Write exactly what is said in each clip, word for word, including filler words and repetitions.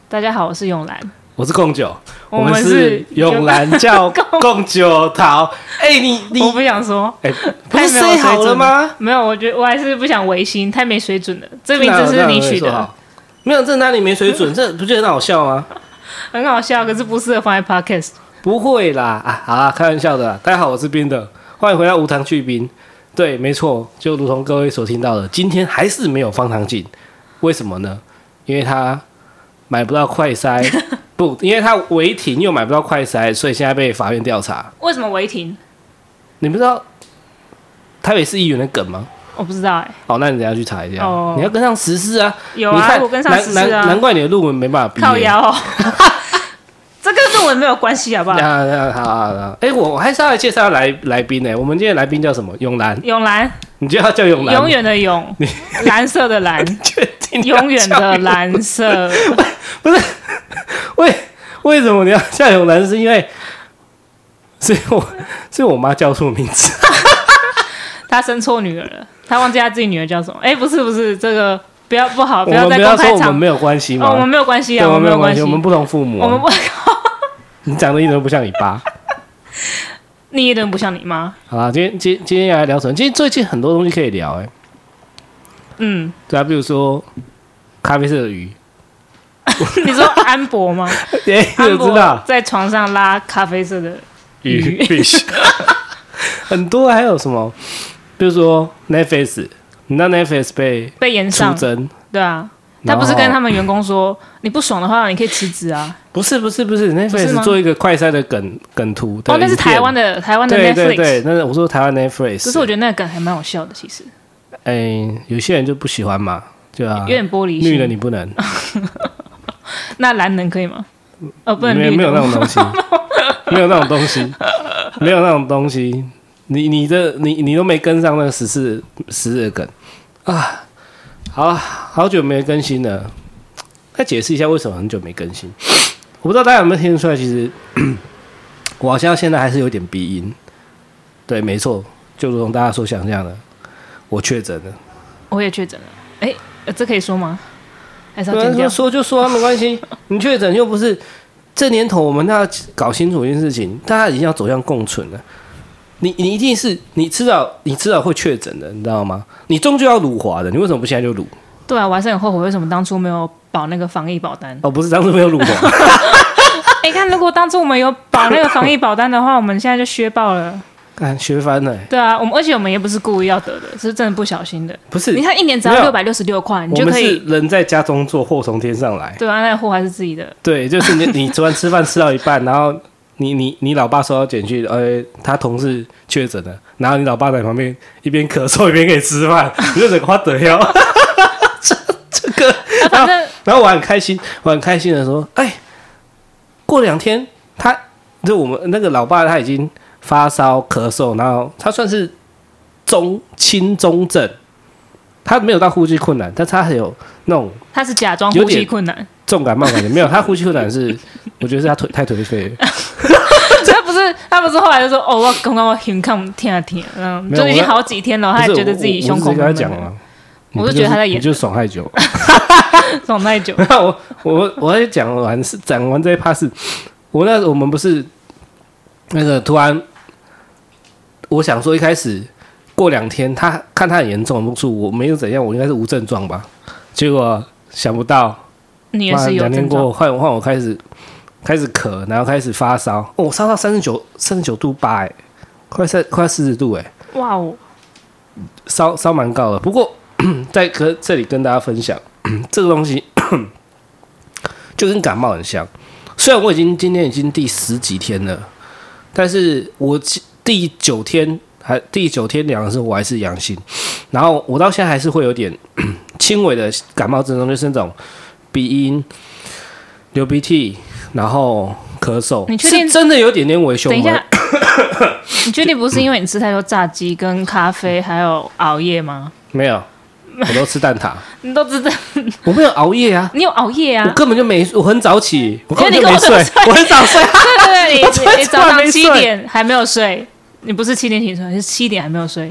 大家好，我是永兰， 我是贡九， 我们是永兰叫贡九桃。哎、欸，你你我不想说， 哎、欸，不是 say 好了吗？ 没有，我觉得我还是不想违心，太没水准了。这名字是你取的， 没有，这哪里没水准？这不觉得很好笑吗？ 很好笑，可是不适合放在 podcast。 不会啦，啊，好啦，开玩笑的啦。大家好，我是冰的，欢迎回到无糖去冰。对，没错，就如同各位所听到的，今天还是没有方糖镜，为什么呢？因为他买不到快筛，不，因为他违停又买不到快筛，所以现在被法院调查。 为什么违停？ 你不知道台北市议员的梗吗？ 我不知道哎、欸。 哦，那你等一下去查一下。 哦， 你要跟上时事啊。 有啊，我跟上时事啊。 难, 难怪你的论文没办法毕业。 靠腰、哦。这跟论文没有关系，好不好？ 啊啊好好好。哎，我我还是要来介绍来来宾呢。我们今天的来宾叫什么？永兰。 永兰。 你就要叫永兰。 永远的永，蓝色的蓝。永远的蓝色。 不是，为为什么你要叫永兰？是因为，是因为我是因为我妈叫错名字。 她生错女儿了，她忘记她自己女儿叫什么。哎，不是不是，这个不要不好，不要在公开场。 我们不要说我们没有关系吗？ 哦，我们没有关系啊， 我们没有关系， 我们不同父母、啊。 我们不。 你长得一点都不像你爸。 你一点都不像你妈。 好啦，今天今今天要来聊什么？今天最近很多东西可以聊哎、欸。 嗯， 对啊，比如说咖啡色的鱼。 你说安博吗？ 对，我知道， 在床上拉咖啡色的鱼。 fish 很多，还有什么？比如说 Netflix， 你知道 Netflix 被被延上出征， 对啊，他不是跟他们员工说，你不爽的话，你可以辞职啊。 不是不是不是 ，Netflix 做一个快筛的梗梗图的。 哦，那是台湾的台湾的 Netflix。 对对对，那是我说台湾 Netflix。 可是我觉得那个梗还蛮好笑的，其实。 哎、欸，有些人就不喜欢嘛，对啊， 有点玻璃心。 绿的你不能。 那蓝能可以吗？哦，不能绿的。 没有那种东西，没有那种东西，没有那种东西。你你的你你都没跟上那个十四十日的梗啊！好，好久没更新了，再解释一下为什么很久没更新。我不知道大家有没有听得出来，其实我好像现在还是有点鼻音。对，没错，就如同大家所想象的，我确诊了。 我也确诊了。哎、欸，这可以说吗？还是要剪掉？ 说就说、啊，没关系。你确诊又不是这年头，我们要搞清楚一件事情，大家已经要走向共存了。你你一定是你迟早你迟早会确诊的，你知道吗？你终究要辱华的，你为什么不现在就辱？ 对啊，我还是很后悔，为什么当初没有保那个防疫保单？ 哦，不是当初没有辱华。 你看，如果当初我们有保那个防疫保单的话，我们现在就削爆了。 干学翻了、欸。 对啊，我们而且我们也不是故意要得的，是真的不小心的。 不是， 你看一年只要六百六十六块，你就可以。 我们是人在家中坐，祸从天上来。 对啊，那个祸还是自己的。 对，就是你你昨晚吃饭吃到一半，然后你你你老爸收到简讯，呃，他同事确诊了，然后你老爸在旁边一边咳嗽一边可以吃饭，你就整个花得要。这这个， 啊、反正然后我很开心，我很开心的说，哎，过两天他就我们那个老爸他已经发烧咳嗽，然后他算是中轻中症，他没有到呼吸困难，但他还有那种他是假装呼吸困难， 重感冒感觉没有，他呼吸困难是我觉得是他腿太颓废了。 他不是他不是后来就说哦，我刚刚我胸口听啊听，嗯，就已经好几天了，他还觉得自己胸口闷闷。 我跟他讲啊， 我就觉得他在演， 你就爽太久， 爽太久。 我我我还讲完是讲完这一趴是，我那我们不是那个突然，我想说一开始过两天他看他很严重，住我没有怎样，我应该是无症状吧，结果想不到你也是有症状， 两天过换换我开始。开始咳，然后开始发烧，哦，我烧到三十九、三十九度八，哎，快三快四十度，哎， 哇哦， 烧烧蛮高的。不过在跟这里跟大家分享，这个东西就跟感冒很像。虽然我已经今天已经第十几天了，但是我第九天还第九天量的时候我还是阳性，然后我到现在还是会有点轻微的感冒症状，就是那种鼻音、流鼻涕。然后咳嗽， 你确定是真的有点点微胸？ 等一下，你确定不是因为你吃太多炸鸡跟咖啡，还有熬夜吗？ 没有，我都吃蛋挞。 你都知道， 我没有熬夜啊， 你有熬夜啊？ 我根本就没，我很早起，我根本就没睡，我很早睡。 对对对，你你早上七点还没有睡，你不是七点起床，是七点还没有睡。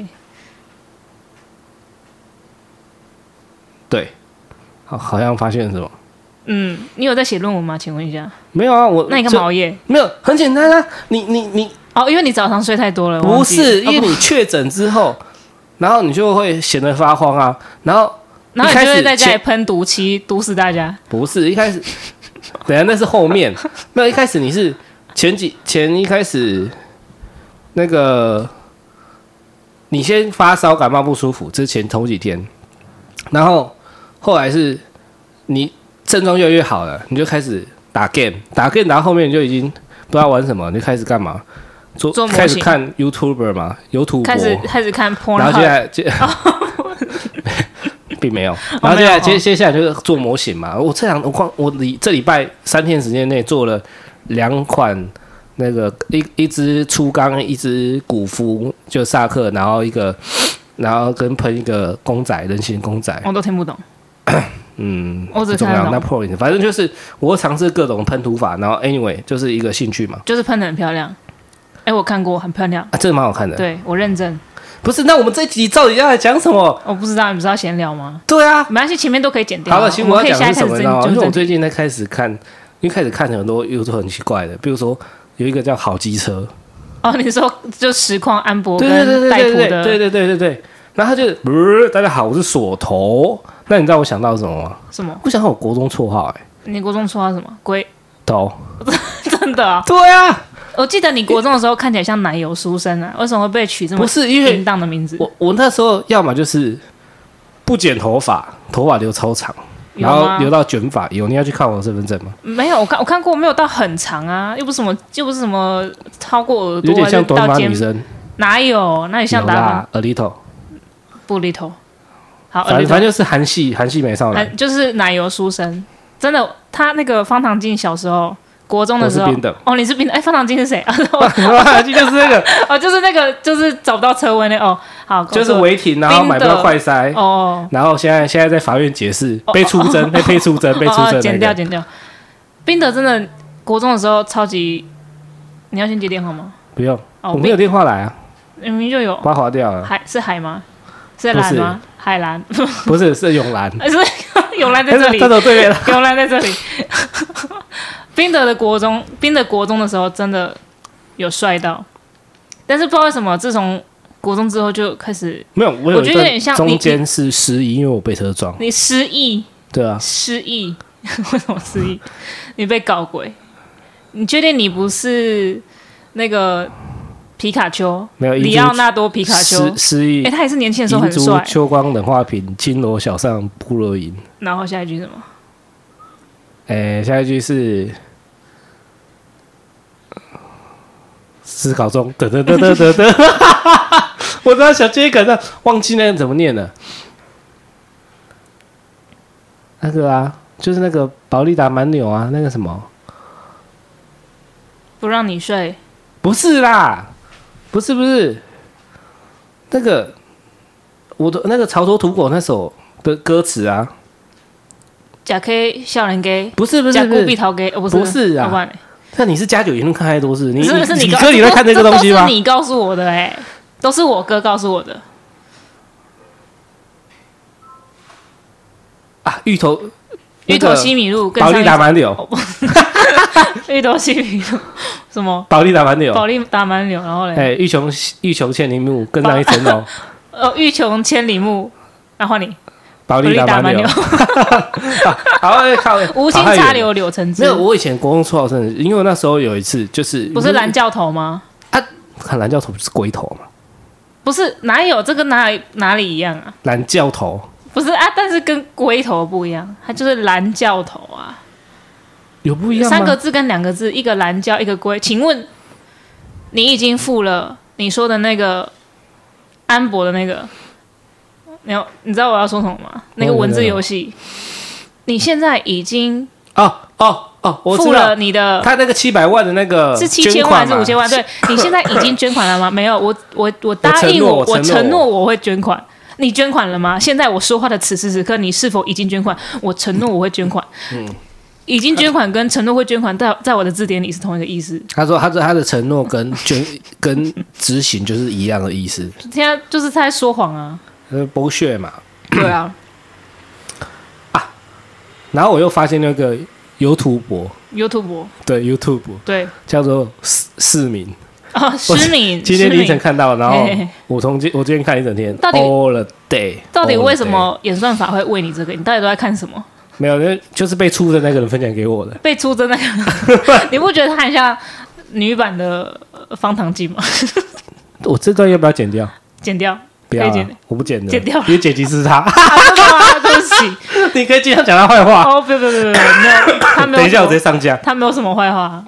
对，好，好像发现什么？ 嗯，你有在写论文吗？请问一下。 没有啊，我那你干嘛熬夜？ 没有，很简单啊，你你你哦，因为你早上睡太多了。 不是，因为你确诊之后，然后你就会显得发慌啊，然后然后你就会在家里喷毒气，毒死大家。 不是一开始，等一下那是后面，没有一开始你是前几前一开始那个。你先发烧、感冒不舒服，之前头几天，然后后来是你症状越来越好了，你就开始打 game， 打 game 打到后面你就已经不知道玩什么，你就开始干嘛？做做开始看 YouTuber 嘛，有土开始开始看 porn， 然后接下来接，并没有，然后接下来接接下来就是做模型嘛。我这两我光我礼这礼拜三天时间内做了两款。那个一一只粗钢，一只古夫，就萨克，然后一个，然后跟喷一个公仔，人形公仔， 我都听不懂。 嗯， 我只看得懂。 那 point， 反正就是我会尝试各种喷涂法，然后 anyway 就是一个兴趣嘛。 就是喷得很漂亮。哎、欸，我看过，很漂亮。 啊，这个蛮好看的。 对我认真。 不是，那我们这一集到底要来讲什么？ 我不知道，你不是要闲聊吗？ 对啊， 没关系，前面都可以剪掉。 好了，其实我要讲的是什么呢？因为我最近在开始看，因为开始看很多 YouTube 很奇怪的，比如说。有一个叫好机车， 哦，你说就实况安博跟戴普的， 对对对对对，然后他就，呃，大家好，我是锁头。那你知道我想到什么吗？ 什么？ 我想到我国中绰号，哎， 你国中绰号什么？龟头， 真的啊？ 对啊， 我记得你国中的时候看起来像奶油书生啊，为什么会被取这么不是因为淫荡的名字？ 我我那时候要么就是不剪头发，头发留超长。然后留到卷发，有你要去看我的身份证吗？ 没有，我看我看过，没有到很长啊，又不是什么，又不是什么超过耳朵， 有点像短发女生。 哪有？那你像打发 ？A little， 不 little。好， 反正反正就是韩系韩系美少男， 就是奶油书生。真的，他那个方唐镜小时候。国中的时候，哦，你是冰的，哎，方唐镜是谁？方唐镜就是那个， 哦，就是那个，就是找不到车位那哦，好， 就是违停，然后买不到快塞， 哦， 然后现在现在在法院解释，被出征，被被出征，被出征， 剪掉剪掉。冰德真的国中的时候超级，你要先接电话吗？ 不用，我没有电话来啊， 明明就有， 把它划掉了。 海是海吗？是蓝吗？海蓝？ 不是，是永蓝， 是永蓝在这里， 他走对面了， 永蓝在这里。宾德的国中，宾德国中的时候真的有帅到，但是不知道为什么，自从国中之后就开始没有，我有我觉得有点像中间是失忆，因为我被车撞。 你失忆？ 对啊， 失忆？为什么失忆？你被搞鬼？你确定你不是那个皮卡丘？ 没有， 里奥纳多皮卡丘失忆。 哎、欸，他也是年轻的时候很帅。 秋光冷画屏，青罗小上部落营。 然后下一句是什么？ 哎、欸，下一句是。思考中，得得得得得得，我知道小接梗了，忘记那个怎么念了。那个啊，就是那个保利达蛮牛啊，那个什么， 不让你睡， 不是啦，不是不是，那个我的那个潮头土狗那首的歌词啊， 假 K 笑人 K， 不是不是假孤碧桃 K， 哦不是不是啊。那你是加九言论看太多事，你是不是你哥你在看这个东西吗？ 都是你告诉我的哎、欸，都是我哥告诉我的。 啊，芋头， 芋头西米露， 保利达蛮牛， 芋头西米露什么？ 保利达蛮牛， 保利达蛮牛，然后嘞， 哎、欸，欲穷欲穷千里目，更上一层楼。 呃，欲穷千里目，那换你。 保利达蛮牛，好，靠， 无心插柳柳橙汁。 没有，我以前国中绰号真的，因为我那时候有一次就是不是蓝教头吗？ 啊，看蓝教头不是龟头吗？ 不是，哪有这个哪里哪里一样啊？ 蓝教头不是啊，但是跟龟头不一样，它就是蓝教头啊。 有不一样吗？ 三个字跟两个字，一个蓝教，一个龟。请问你已经付了你说的那个安博的那个？没有，你知道我要说什么吗？那个文字游戏，你现在已经哦哦哦，我付了你的， 他那个七百万的那个是七千万还是五千万？对，你现在已经捐款了吗？没有，我我我答应我， 我承诺我会捐款。你捐款了吗？现在我说话的此时此刻，你是否已经捐款？我承诺我会捐款。嗯，已经捐款跟承诺会捐款，在在我的字典里是同一个意思。 他说他的他的承诺跟捐跟执行就是一样的意思。 现在就是在说谎啊。 呃，剥削嘛， 对啊， 啊， 然后我又发现那个YouTube 博 YouTube 对 YouTube 对叫做市市民。 哦，失明。 今天凌晨看到，然后嘿嘿我从今我今天看一整天， 到底 all the day， 到底 all the 为什 day 么演算法会喂你这个？你到底都在看什么？ 没有？那就是被出的那个人分享给我的。 被出征那个，你不觉得他很像女版的呃方唐镜吗？ 我这段要不要剪掉？ 剪掉， 不要、啊可以剪， 我不剪的， 剪掉因为剪辑是他。 啊真的吗？对不起。 你可以经常讲他坏话。 哦，不不不不不，没有，他没有。 等一下，我直接上架。 他没有什么坏话。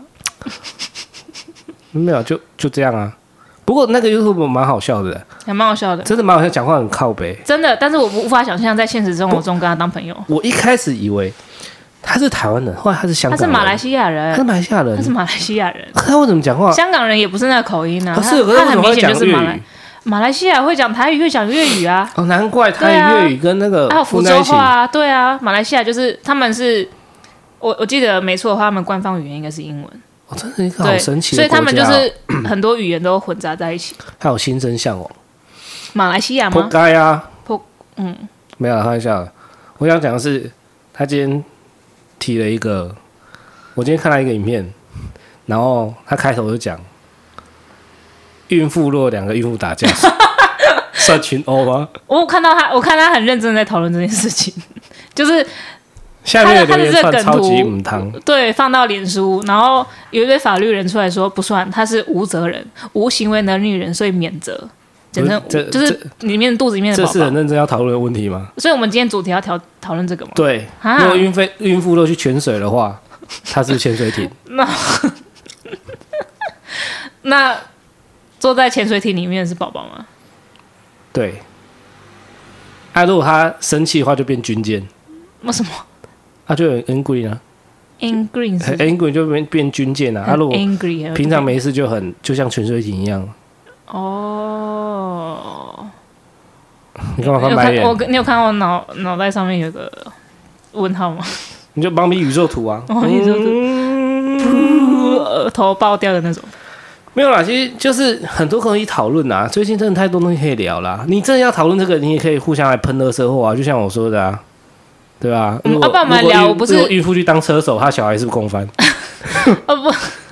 没有，就就这样啊。不过那个 YouTube 蛮好笑的， 还蛮好笑的， 真的蛮好笑，讲话很靠北， 真的。但是我无法想象在现实生活中跟他当朋友。 我一开始以为他是台湾人，后来他是香港人， 他是马来西亚人， 他是马来西亚人， 他是马来西亚人。 可他为什么讲话？ 香港人也不是那个口音啊， 可是可是他很明显为什么会讲就是马来粤语？ 马来西亚会讲台语，会讲粤语啊。 哦，难怪他粤语跟那个还有福混在一起州话啊，对啊，马来西亚就是他们是，我我记得没错的话，他们官方语言应该是英文。 哦，真的一个好对， 神奇的所以他们就国家哦是很多语言都混杂在一起。 还有心生向往， 马来西亚活吗？ 该啊！ 破嗯， 没有啦开玩笑的。我想讲的是，他今天提了一个，我今天看到一个影片，然后他开头就讲，孕妇若两个孕妇打架，算群殴吗？ 我有看到他，我看他很认真地在讨论这件事情，就是下面的留言他的这个梗算超级图母汤， 对放到脸书，然后有一堆法律人出来说不算，他是无责人、无行为能力人，所以免责。简称这就是里面肚子里面的这宝宝。 是很认真要讨论的问题吗？ 所以我们今天主题要讨讨论这个吗？ 对， 啊如果孕妇孕妇都去潜水的话，它是潜水艇。 那那坐在潜水艇里面的是宝宝吗？ 对。啊，如果他生气的话，就变军舰。 为什么啊，就很 angry 啊， ？angry 很是 angry 就变变军舰啊。啊， 很如果 angry， 平常没事就很就像潜水艇一样。 哦， 你干嘛翻白眼？ 我你有看到我脑脑袋上面有个问号吗？ 你就帮比宇宙图啊， 哦宇宙图嗯额头爆掉的那种。 没有啦，其实就是很多可以讨论啊。最近真的太多东西可以聊啦。你真的要讨论这个，你也可以互相来喷垃圾货啊，就像我说的啊，对吧？ 嗯， 如果啊，不然我们来聊，我不是如果孕妇去当车手，他小孩是不是共犯？ 哦不，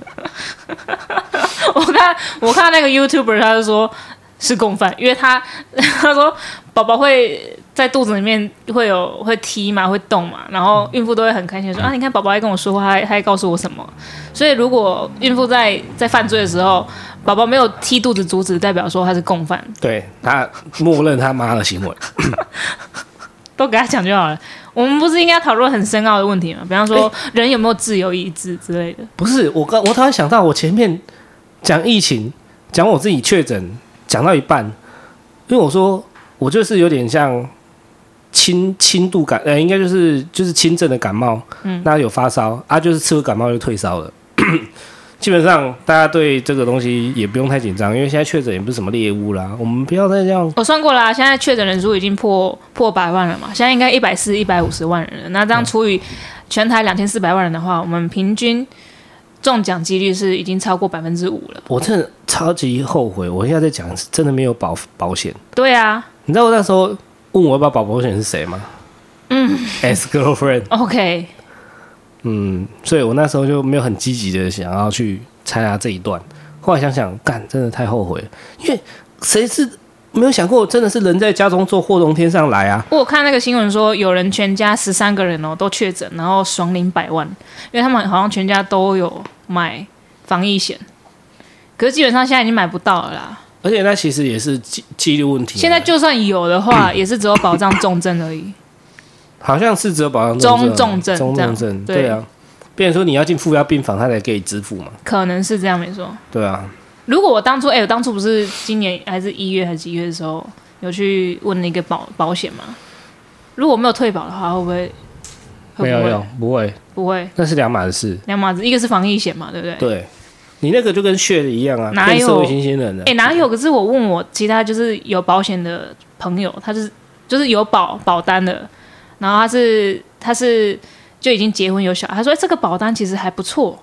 我看我看那个 YouTuber， 他就说是共犯，因为他他说宝宝会在肚子里面会有会踢嘛，会动嘛，然后孕妇都会很开心地说啊，你看宝宝在跟我说话，他他在告诉我什么。所以如果孕妇在在犯罪的时候，宝宝没有踢肚子阻止，代表说他是共犯， 对他默认他妈的行为。 都给他讲就好了。我们不是应该讨论很深奥的问题吗？比方说人有没有自由意志之类的。 不是我刚我突然想到，我前面讲疫情，讲我自己确诊，讲到一半，因为我说我就是有点像轻轻度感，呃，应该就是就是轻症的感冒，嗯，那有发烧啊，就是吃了感冒就退烧了。基本上大家对这个东西也不用太紧张，因为现在确诊也不是什么猎物啦，我们不要再这样。 我算过啦，现在确诊人数已经破破百万了嘛，现在应该一百四、一百五十万人了。那这样除以全台两千四百万人的话，我们平均中奖几率是已经超过百分之五了。 我真的超级后悔，我现在在讲真的没有保保险。 对啊， 你知道我那时候问我要不要保保险是谁吗？嗯 ，ex girlfriend。 OK， 嗯，所以我那时候就没有很积极的想要去参加这一段。后来想想，干，真的太后悔了，因为谁是没有想过，真的是人在家中坐，祸从天上来啊！ 我有看那个新闻说，有人全家十三个人哦都确诊，然后爽领百万，因为他们好像全家都有买防疫险，可是基本上现在已经买不到了啦。 而且那其实也是几几率问题啊。 现在就算有的话，也是只有保障重症而已。 好像是只有保障中重症、 中重症，对啊。变成说你要进负压病房，他才给你支付嘛。 可能是这样，没错。 对啊。如果我当初，哎、欸，我当初不是今年还是一月还是几月的时候，有去问那个保保险嘛？如果没有退保的话，会不会？ 会不会没有，没有，不会， 不会， 那是两码的事。 两码子，一个是防疫险嘛，对不对？ 对。你那个就跟血的一样啊， 哪有社会新鲜人的？ 哎、欸，哪有？可是我问我其他就是有保险的朋友，他就是就是有保保单的，然后他是他是就已经结婚有小孩，他说、欸、这个保单其实还不错，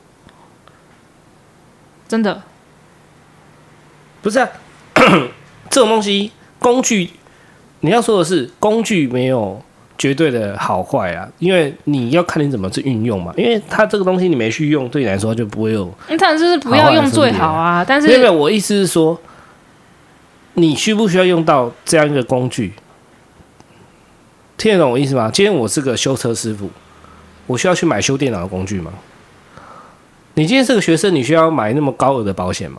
真的。 不是啊，这种东西工具，你要说的是工具没有绝对的好坏啊，因为你要看你怎么去运用嘛。因为它这个东西你没去用，对你来说就不会有。 你当然就是不要用最好啊，但是没有没有，我意思是说，你需不需要用到这样一个工具？听得懂我意思吗？今天我是个修车师傅，我需要去买修电脑的工具吗？你今天是个学生，你需要买那么高额的保险吗？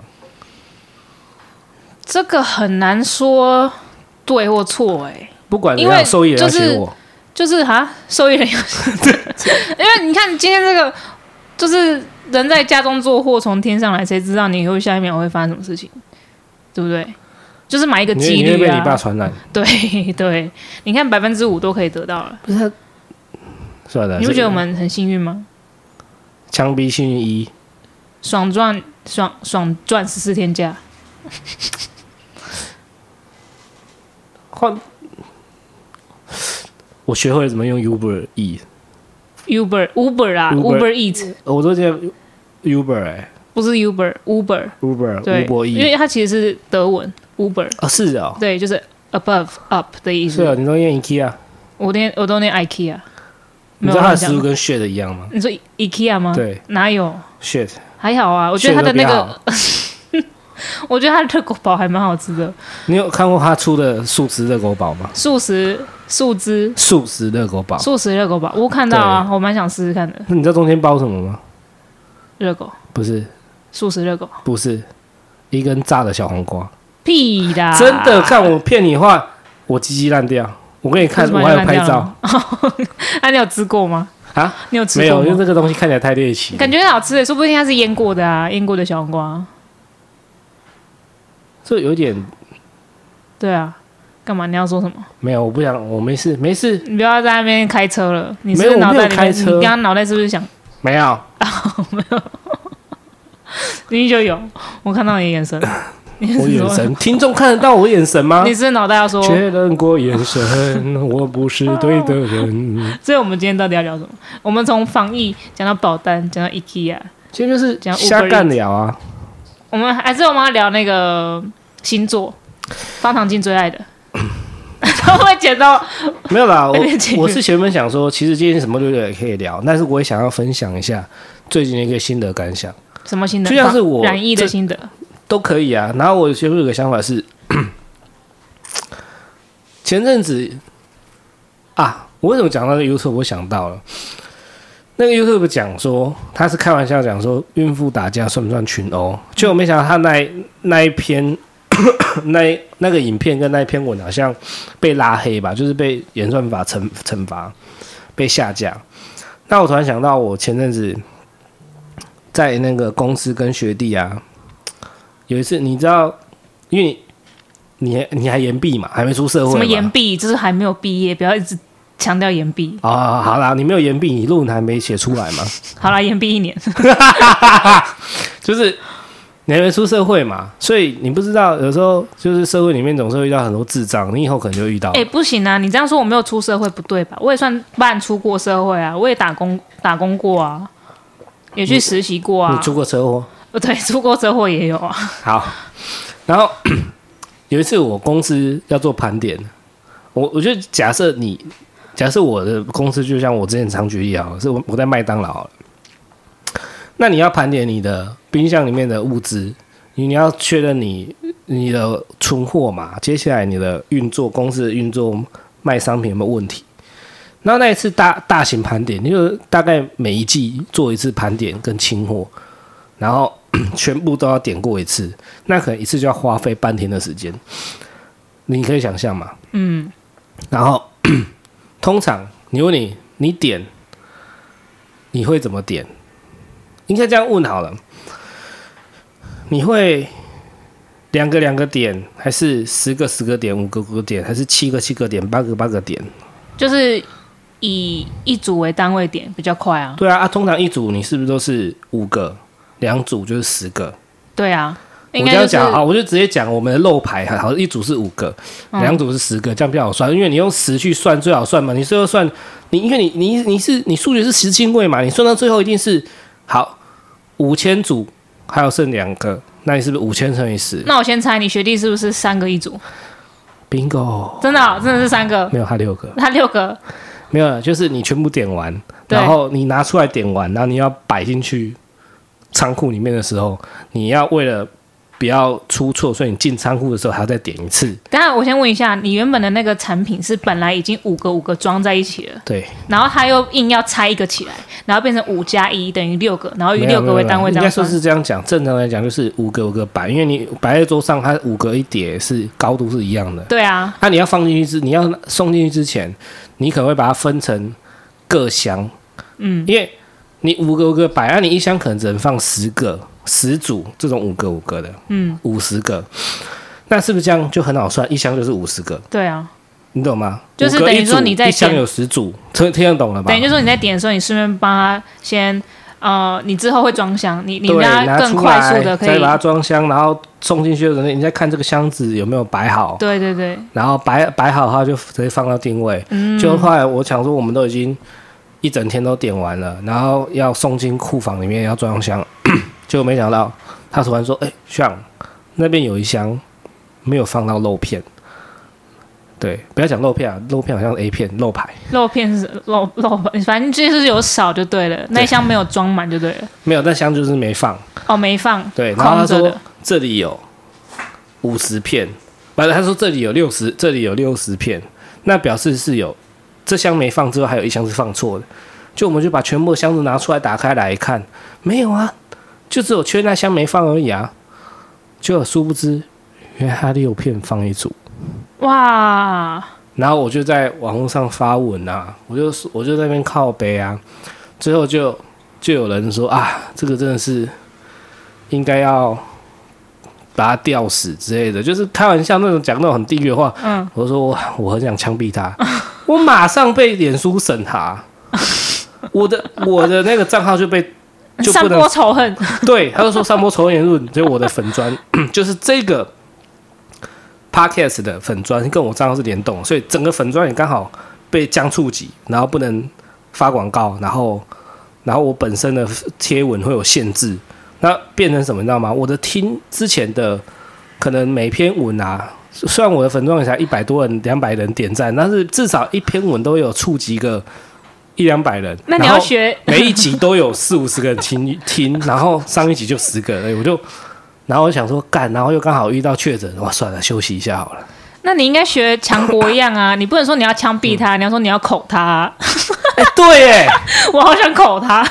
这个很难说对或错哎、欸。 不管怎样，受益人要写我。 就是哈，受益人有，因为你看今天这个，就是人在家中坐祸从天上来，谁知道你以后下一秒会发生什么事情，对不对？就是买一个几率啊， 你会被你爸传染。 对对，你看百分之五都可以得到了， 不是他，算了， 你不觉得我们很幸运吗？ 枪毙幸运一， 爽赚爽爽赚十四天假， 换。我学会了怎么用 Uber E，Uber Uber 啊 Uber, Uber Eat， 我都叫 Uber 哎、欸， 不是 Uber Uber Uber 对 Uber E， 因为它其实是德文 Uber 哦是哦， 对，就是 above up 的意思。 是哦，你都念 IKEA， 我念我都念 IKEA， 你知道它的食物跟 shit 一样吗？ 你说 IKEA 吗？ 对， 哪有 shit， 还好啊，我觉得它的那个。我觉得它的热狗堡还蛮好吃的。 你有看过他出的素食热狗堡吗？ 素食素汁素食热狗堡， 素食热狗堡，我看到啊，我蛮想试试看的。 那你知道中间包什么吗？ 热狗不是， 素食热狗不是，一根炸的小黄瓜。 屁啦！ 真的，看我骗你话，我鸡鸡烂掉。我给你看，我还有拍照。 啊，你有吃过吗？ 啊， 你有吃过吗？ 没有，因为这个东西看起来太猎奇， 感觉很好吃诶，说不定它是腌过的啊，腌过的小黄瓜。 这有点， 对啊，干嘛？你要说什么？ 没有，我不想，我没事，没事。 你不要在那边开车了，你是不是脑袋里面，你刚刚脑袋是不是想？ 没有， 没有，明明就有，我看到你的眼神。 我眼神，听众看得到我眼神吗？ 你是不是脑袋要说确认过眼神，我不是对的人。 所以我们今天到底要聊什么？我们从防疫讲到保单，讲到 IKEA， 其实就是瞎干聊啊。 我们还是我们要聊那个星座，方唐镜最爱的，会不会剪到？ 没有啦，我我是前面想说，其实今天什么都也可以聊，但是我也想要分享一下最近的一个心得感想。 什么心得？ 就像是我染疫的心得都可以啊。然后我其实有个想法是，前阵子啊，我为什么讲到这个 YouTube？ 我想到了。那个 YouTube 讲说，他是开玩笑讲说，孕妇打架算不算群殴？就我没想到他那那一篇那那个影片跟那一篇文好像被拉黑吧，就是被演算法惩惩罚，被下架。那我突然想到，我前阵子在那个公司跟学弟啊，有一次你知道，因为你你你还延毕嘛，还没出社会嘛， 什么延毕？就是还没有毕业，不要一直。强调延毕啊、哦，好啦，你没有延毕，你论文还没写出来嘛？ 好啦，延毕一年， 就是你还没出社会嘛，所以你不知道，有时候就是社会里面总是会遇到很多智障，你以后可能就会遇到。 哎、欸，不行啊！你这样说我没有出社会不对吧？我也算半出过社会啊，我也打工打工过啊，也去实习过啊。 你出过车祸？ 对，出过车祸也有啊。 好，然后有一次我公司要做盘点，我我就假设你。假设我的公司就像我之前常举例好了，是我我在麦当劳好了，那你要盘点你的冰箱里面的物资，你要确认你你的存货嘛，接下来你的运作公司的运作卖商品有没有问题？然后那一次大大型盘点，就大概每一季做一次盘点跟清货，然后全部都要点过一次，那可能一次就要花费半天的时间，你可以想象嘛？ 嗯， 然后。通常你问你，你点你会怎么点？应该这样问好了。你会两个两个点，还是十个十个点，五个五个点，还是七个七个点，八个八个点？ 就是以一组为单位点比较快啊。 对啊，啊，通常一组你是不是都是五个？两组就是十个。 对啊。 我这样讲好，我就直接讲我们的漏牌，好，一组是五个，两组是十个，这样比较好算，因为你用十去算最好算嘛。你最后算，你因为你你你是你数学是十进位嘛，你算到最后一定是好五千组，还有剩两个，那你是不是五千乘以十？ 那我先猜，你学弟是不是三个一组？ bingo， 真的、哦、真的是三个， 没有，它六个， 它六个， 没有，就是你全部点完，然后你拿出来点完，然后你要摆进去仓库里面的时候，你要为了不要出错，所以你进仓库的时候还要再点一次。 等一下我先问一下，你原本的那个产品是本来已经五个五个装在一起了， 对， 然后他又硬要拆一个起来，然后变成五加一等于六个，然后以六个为单位这样算。应该说是这样讲，正常来讲就是五个五个摆，因为你摆在桌上，它五个一叠是高度是一样的。 对啊， 那、啊、你要放进去之，你要送进去之前，你可能会把它分成各箱，嗯，因为你五个五个摆，那、啊、你一箱可能只能放十个。十组这种五个五个的，嗯，五十个，那是不是这样就很好算？一箱就是五十个， 对啊， 你懂吗？ 就是等于说你在一箱有十组，听听得懂了吧？ 等于就是说你在点的时候，你顺便帮他先，呃，你之后会装箱，你你让他更快速的可以再把它装箱，然后送进去的时候，你再看这个箱子有没有摆好， 对对对， 然后摆摆好的话就直接放到定位。嗯，就后来我想说，我们都已经一整天都点完了，然后要送进库房里面要装箱。结果没想到，他突然说：“哎、欸，像那边有一箱没有放到肉片。”对，不要讲肉片啊，肉片好像是 A 片，肉排。 肉片是肉肉，反正就是有少就对了，那一箱没有装满就对了。 没有，那箱就是没放。 哦，没放。 对，然后他说这里有五十片，不是，他说这里有六十，这里有六十片，那表示是有这箱没放之后，还有一箱是放错的。就我们就把全部的箱子拿出来打开来看，没有啊。就只有缺那箱没放而已啊，就殊不知，原来他六片放一组，哇！然后我就在网络上发文啊，我就我就在那边靠北啊，最后就就有人说啊，这个真的是应该要把他吊死之类的，就是开玩笑那种讲那种很地狱的话。嗯，我说我我很想枪毙他，我马上被脸书审查，我的我的那个账号就被。就散播仇恨， 对，他就说散播仇恨言论，所以我的粉专就是这个 podcast 的粉专跟我账号是联动，所以整个粉专也刚好被降触及，然后不能发广告，然后然后我本身的贴文会有限制，那变成什么你知道吗？我的听之前的可能每篇文啊，虽然我的粉专也才一百多人、两百人点赞，但是至少一篇文都有触及个。一两百人， 那你要学每一集都有四五十个人听听，然后上一集就十个人，我就，然后我想说干，然后又刚好遇到确诊，哇，算了，休息一下好了。 那你应该学强国一样啊，你不能说你要枪毙他，嗯、你要说你要口他、啊。 哎、欸，对耶， 我好想口他。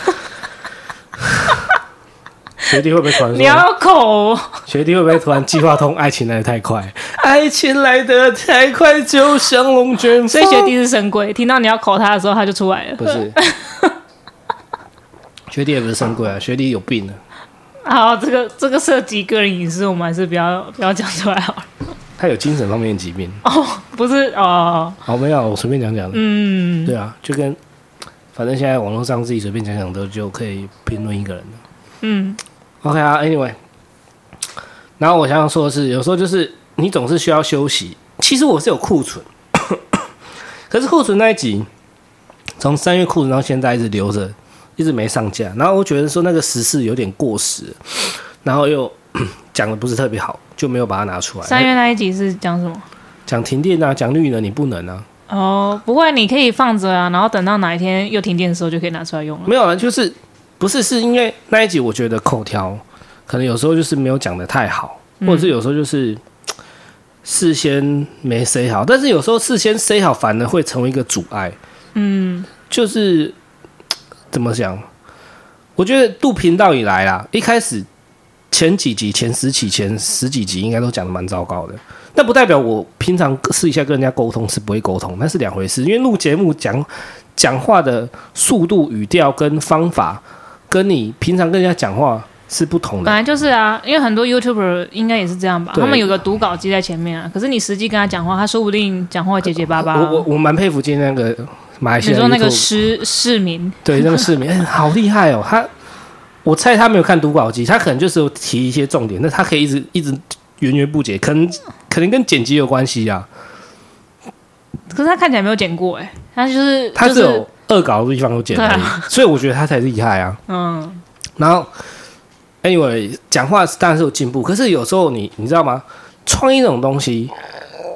学弟会不会突然说你要口？ 学弟会不会突然计划通？爱情来得太快，爱情来得太快，就像龙卷风。 所以学弟是神龟，听到你要口他的时候，他就出来了。 不是，学弟也不是神龟啊，学弟有病了。 好，这个这个涉及个人隐私，我们还是不要不要讲出来好了。 他有精神方面的疾病哦，不是哦， 好没有，我随便讲讲的。 嗯， 对啊，就跟反正现在网络上自己随便讲讲的就可以评论一个人了。嗯。OK 啊 ，Anyway， 然后我想要说的是，有时候就是你总是需要休息。其实我是有库存，可是库存那一集从三月库存到现在一直留着，一直没上架。然后我觉得说那个时事有点过时，然后又讲的不是特别好，就没有把它拿出来。 三月那一集是讲什么？ 讲停电啊，讲绿能你不能啊。 哦，不会，你可以放着啊，然后等到哪一天又停电的时候就可以拿出来用了。 没有啊，就是。不是，是因为那一集我觉得口条可能有时候就是没有讲得太好，嗯、或者是有时候就是事先没 say 好，但是有时候事先 say 好反而会成为一个阻碍。嗯，就是怎么讲？我觉得录频道以来啦，一开始前几集、前十期、前十几集应该都讲得蛮糟糕的，但不代表我平常私底下跟人家沟通是不会沟通，那是两回事。因为录节目讲讲话的速度、语调跟方法。跟你平常跟人家讲话是不同的， 本来就是啊，因为很多 YouTuber 应该也是这样吧，他们有个读稿机在前面啊，可是你实际跟他讲话，他说不定讲话结结巴巴、啊。 我我我蛮佩服今天那个马来西亚， 你说那个市市民， 对那个市民、欸，好厉害哦！他我猜他没有看读稿机，他可能就是有提一些重点，但他可以一直一直源源不绝，可能可能跟剪辑有关系啊。 可是他看起来没有剪过哎、欸，他就是他是有恶搞的地方有剪而已，啊、所以我觉得他才厉害啊。嗯，然后 anyway 讲话当然是有进步，可是有时候你你知道吗？创意这种东西，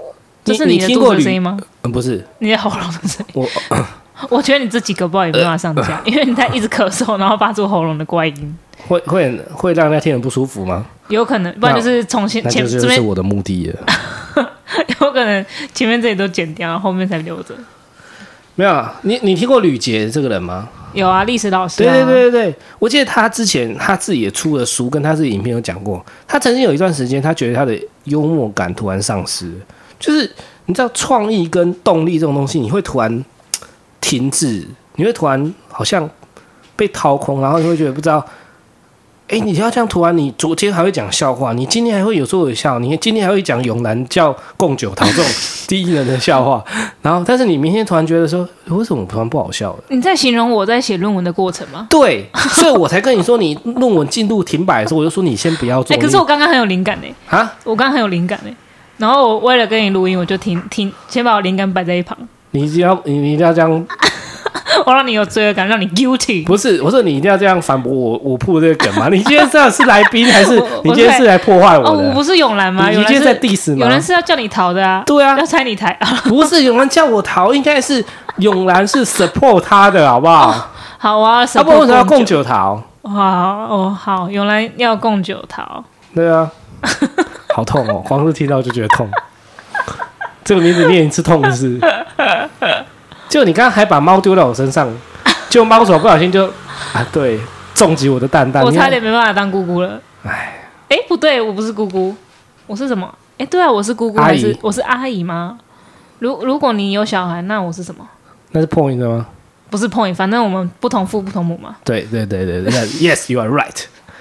这是你的肚子的声音吗？ 嗯，不是， 你的喉咙的声音。 我我觉得你这几个不知道有没有办法上架，因为你在一直咳嗽，然后发出喉咙的怪音， 会会会让人家听得不舒服吗？ 有可能，不然就是重新前那就就是我的目的了。 有可能前面这里都剪掉，后面才留着。 没有啊，你你听过吕杰这个人吗？ 有啊，历史老师、啊。 对对对对对，我记得他之前他自己也出了书，跟他自己影片有讲过，他曾经有一段时间，他觉得他的幽默感突然丧失了，就是你知道创意跟动力这种东西，你会突然停滞，你会突然好像被掏空，然后你会觉得不知道。哎，你要这样突然，你昨天还会讲笑话，你今天还会有说有笑，你今天还会讲永兰叫贡九桃这种第一人的笑话，然后但是你明天突然觉得说，为什么我突然不好笑了？ 你在形容我在写论文的过程吗？ 对，所以我才跟你说，你论文进度停摆的时候，我就说你先不要做。 哎，可是我刚刚很有灵感呢、 欸。啊？ 我刚刚很有灵感呢、欸，然后我为了跟你录音，我就停停，先把我灵感摆在一旁。 你一定要，你你一定要这样。 我让你有罪恶感，让你 guilty。 不是，我说你一定要这样反驳我，我铺这个梗吗？你今天这样是来宾，还是你今天是来破坏我的？ 哦，我不是永兰吗？ 你今天在 diss 吗？ 有人是要叫你逃的啊。 对啊， 要拆你台。 不是永兰叫我逃，应该是永兰是 support 他的，好不好？ 哦、好啊， 要不然为什么要供九桃？ 好哦，好，永兰要供九桃。 对啊，好痛哦！光是听到就觉得痛。这个名字念一次痛是。就你刚刚还把猫丢到我身上，就猫手不小心就啊，对，重击我的蛋蛋， 我差点没办法当姑姑了。 哎， 哎，不对，我不是姑姑，我是什么？哎，对啊，我是姑姑还是我是阿姨吗？如如果你有小孩，那我是什么？ 那是 point 的吗？ 不是 point， 反正我们不同父不同母嘛。 对对对对对，Yes, you are right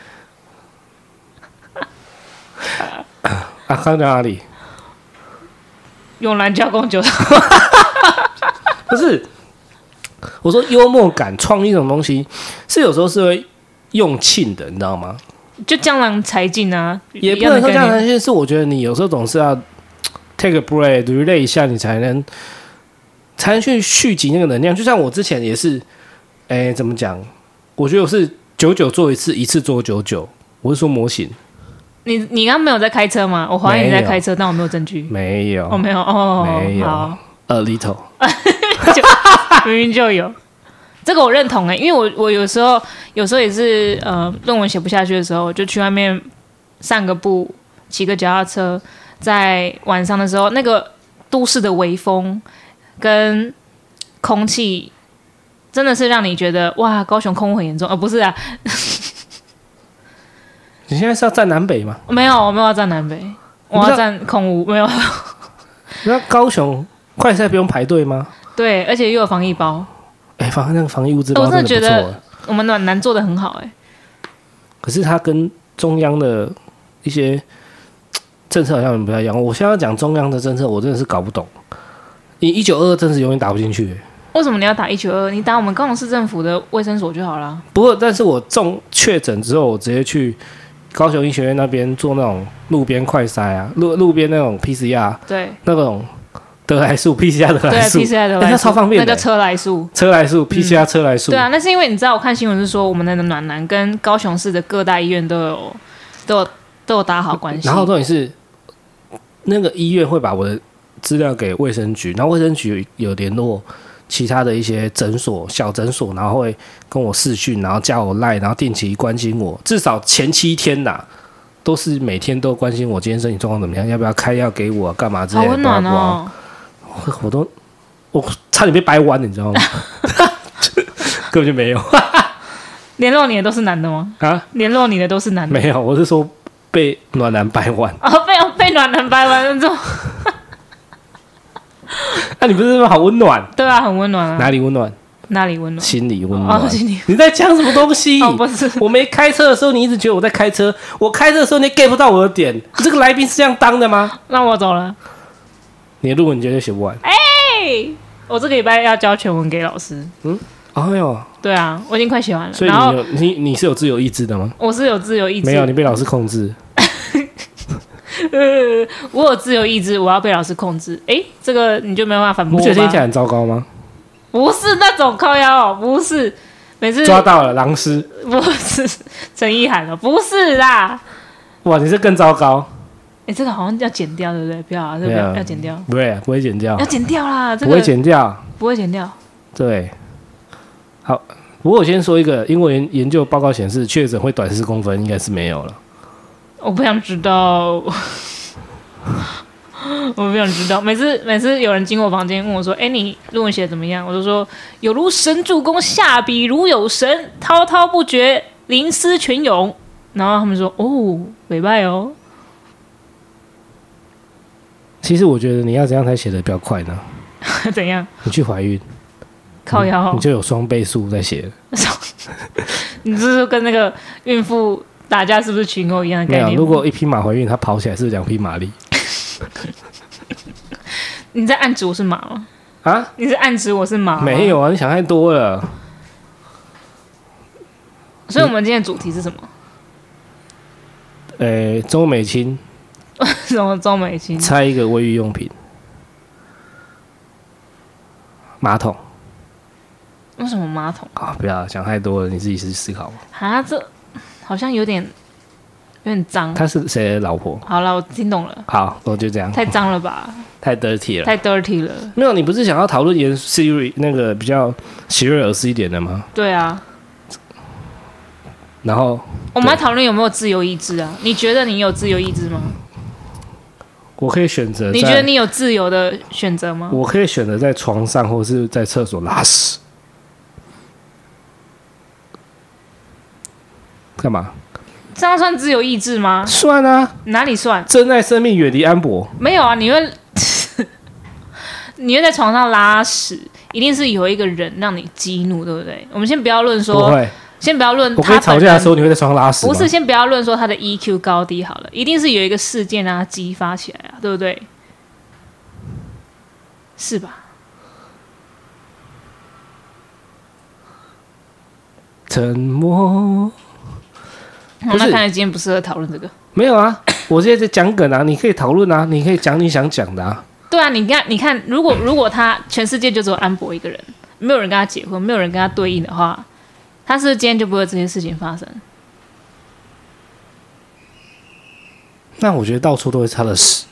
啊，刚讲哪里？ 永兰教供九桃。 不是，我说幽默感、创意这种东西，是有时候是会用罄的，你知道吗？ 就江郎才尽啊， 也不能说江郎才尽，是我觉得你有时候总是要 take a break relate 一下，你才能才能去续集那个能量。就像我之前也是，哎，怎么讲？我觉得我是久久做一次，一次做久久。我是说模型。 你你刚刚没有在开车吗？我怀疑你在开车，但我没有证据。 没有， 哦，没有，哦， 没有， 好 a little 就明明就有，这个我认同哎、欸，因为我我有时候有时候也是呃论文写不下去的时候，就去外面散个步，骑个脚踏车，在晚上的时候，那个都市的微风跟空气，真的是让你觉得哇，高雄空污很严重，而、呃、不是啊。 你现在是要站南北吗？ 没有，我没有要站南北，我要站空污，没有。 那高雄快赛不用排队吗？ 对，而且又有防疫包。 哎、欸，防那个防疫物资包真的不错。 我真的觉得我们暖男做的很好哎、欸。 可是它跟中央的一些政策好像不太一样。我现在要讲中央的政策，我真的是搞不懂。你一九二二政治永远打不进去、欸。 为什么你要打一九二？你打我们高雄市政府的卫生所就好了。 不过，但是我中确诊之后，我直接去高雄医学院那边做那种路边快筛啊，路路边那种 P C R， 对， 那种得来速 P C R 得来速， 对 P C R 得来速， 那超方便的、 那叫车来速， 车来速 P C R 车来速、嗯。 对啊，那是因为你知道，我看新闻是说，我们的暖男跟高雄市的各大医院都有都有都有打好关系。 然后重点是，那个医院会把我的资料给卫生局，然后卫生局有联络其他的一些诊所、小诊所，然后会跟我视讯，然后加我 LINE， 然后定期关心我，至少前七天呐、啊，都是每天都关心我今天身体状况怎么样，要不要开药给我，干嘛之类的。 好温暖哦！ 我, 我都我差点被掰弯了，你知道吗？根本就没有。 联络你的都是男的吗？啊，联络你的都是男的？ 没有，我是说被暖男掰弯。 哦，被被暖男掰弯那种。 那、啊、你不是说好温暖？ 对啊，很温暖啊。 哪里温暖？ 哪里温暖？ 心里温暖。 哦，心里。 你在讲什么东西？ 哦，不是。我没开车的时候，你一直觉得我在开车；我开车的时候，你 get 不到我的点。你这个来宾是这样当的吗？ 那我走了。 你的论文绝对写不完。 哎、欸，我这个礼拜要交全文给老师。 嗯，哎呦。对啊，我已经快写完了。 所以你有你你是有自由意志的吗？ 我是有自由意志。 没有，你被老师控制。 呃，我有自由意志，我要被老师控制。哎，这个你就没有办法反驳我吧？ 你觉得听起来很糟糕吗？ 不是那种靠腰、哦，不是。每次抓到了狼师， 不是陈意涵哦，不是啦。 哇，你这更糟糕。 哎，这个好像要剪掉，对不对？不要啊，这个不要要剪掉。 不会、啊，不会剪掉。 要剪掉啦，这个不会剪掉， 不会剪掉。 对，好。不过我先说一个，英国研研究报告显示，确诊会短四公分，应该是没有了。 我不想知道。我不想知道，每次每次有人经过我房间问我说：“哎，你论文写得怎么样？”我就说：“有如神助攻，下笔如有神，滔滔不绝，灵思泉涌。”然后他们说：“哦，美拜哦。” 其实我觉得你要怎样才写得比较快呢？ 怎样？ 你去怀孕， 靠腰、哦你，你就有双倍速在写了。 你这是跟那个孕妇打架是不是群殴一样的概念？ 没有，如果一匹马怀孕，它跑起来是两匹马力。 你在暗指我是马吗？ 啊？ 你是暗指我是马吗？ 没有啊，你想太多了。 所以我们今天的主题是什么？ 呃，周美青什么周美青？ 猜一个卫浴用品，马桶。 为什么马桶？ 啊，不要想太多了，你自己去思考吧。 啊，这好像有点有点脏。 她是谁的老婆？ 好了，我听懂了。 好，我就这样。 太脏了吧？ 太 dirty 了。 太 dirty 了。 没有，你不是想要讨论严 Siri 那个比较喜瑞尔斯一点的吗？ 对啊。 然后我们来讨论有没有自由意志啊？你觉得你有自由意志吗？ 我可以选择。 你觉得你有自由的选择吗？ 我可以选择在床上或是在厕所拉屎。干嘛？ 这样算自由意志吗？ 算啊。 哪里算？ 珍爱生命，远离安博。 没有啊，你会你会在床上拉屎，一定是有一个人让你激怒，对不对？我们先不要论说， 不会。 先不要论他我跟你吵架的时候，你会在床上拉屎吗？ 不是，先不要论说他的 E Q 高低好了，一定是有一个事件让他激发起来啊，对不对？是吧？ 沉默。 好，那看来今天不适合讨论这个。 没有啊，我现在在讲梗啊，你可以讨论啊，你可以讲你想讲的啊。 对啊，你看，你看，如果如果他全世界就只有安博一个人，没有人跟他结婚，没有人跟他对应的话，他是不是今天就不会有这些事情发生？ 那我觉得到处都会擦的屎。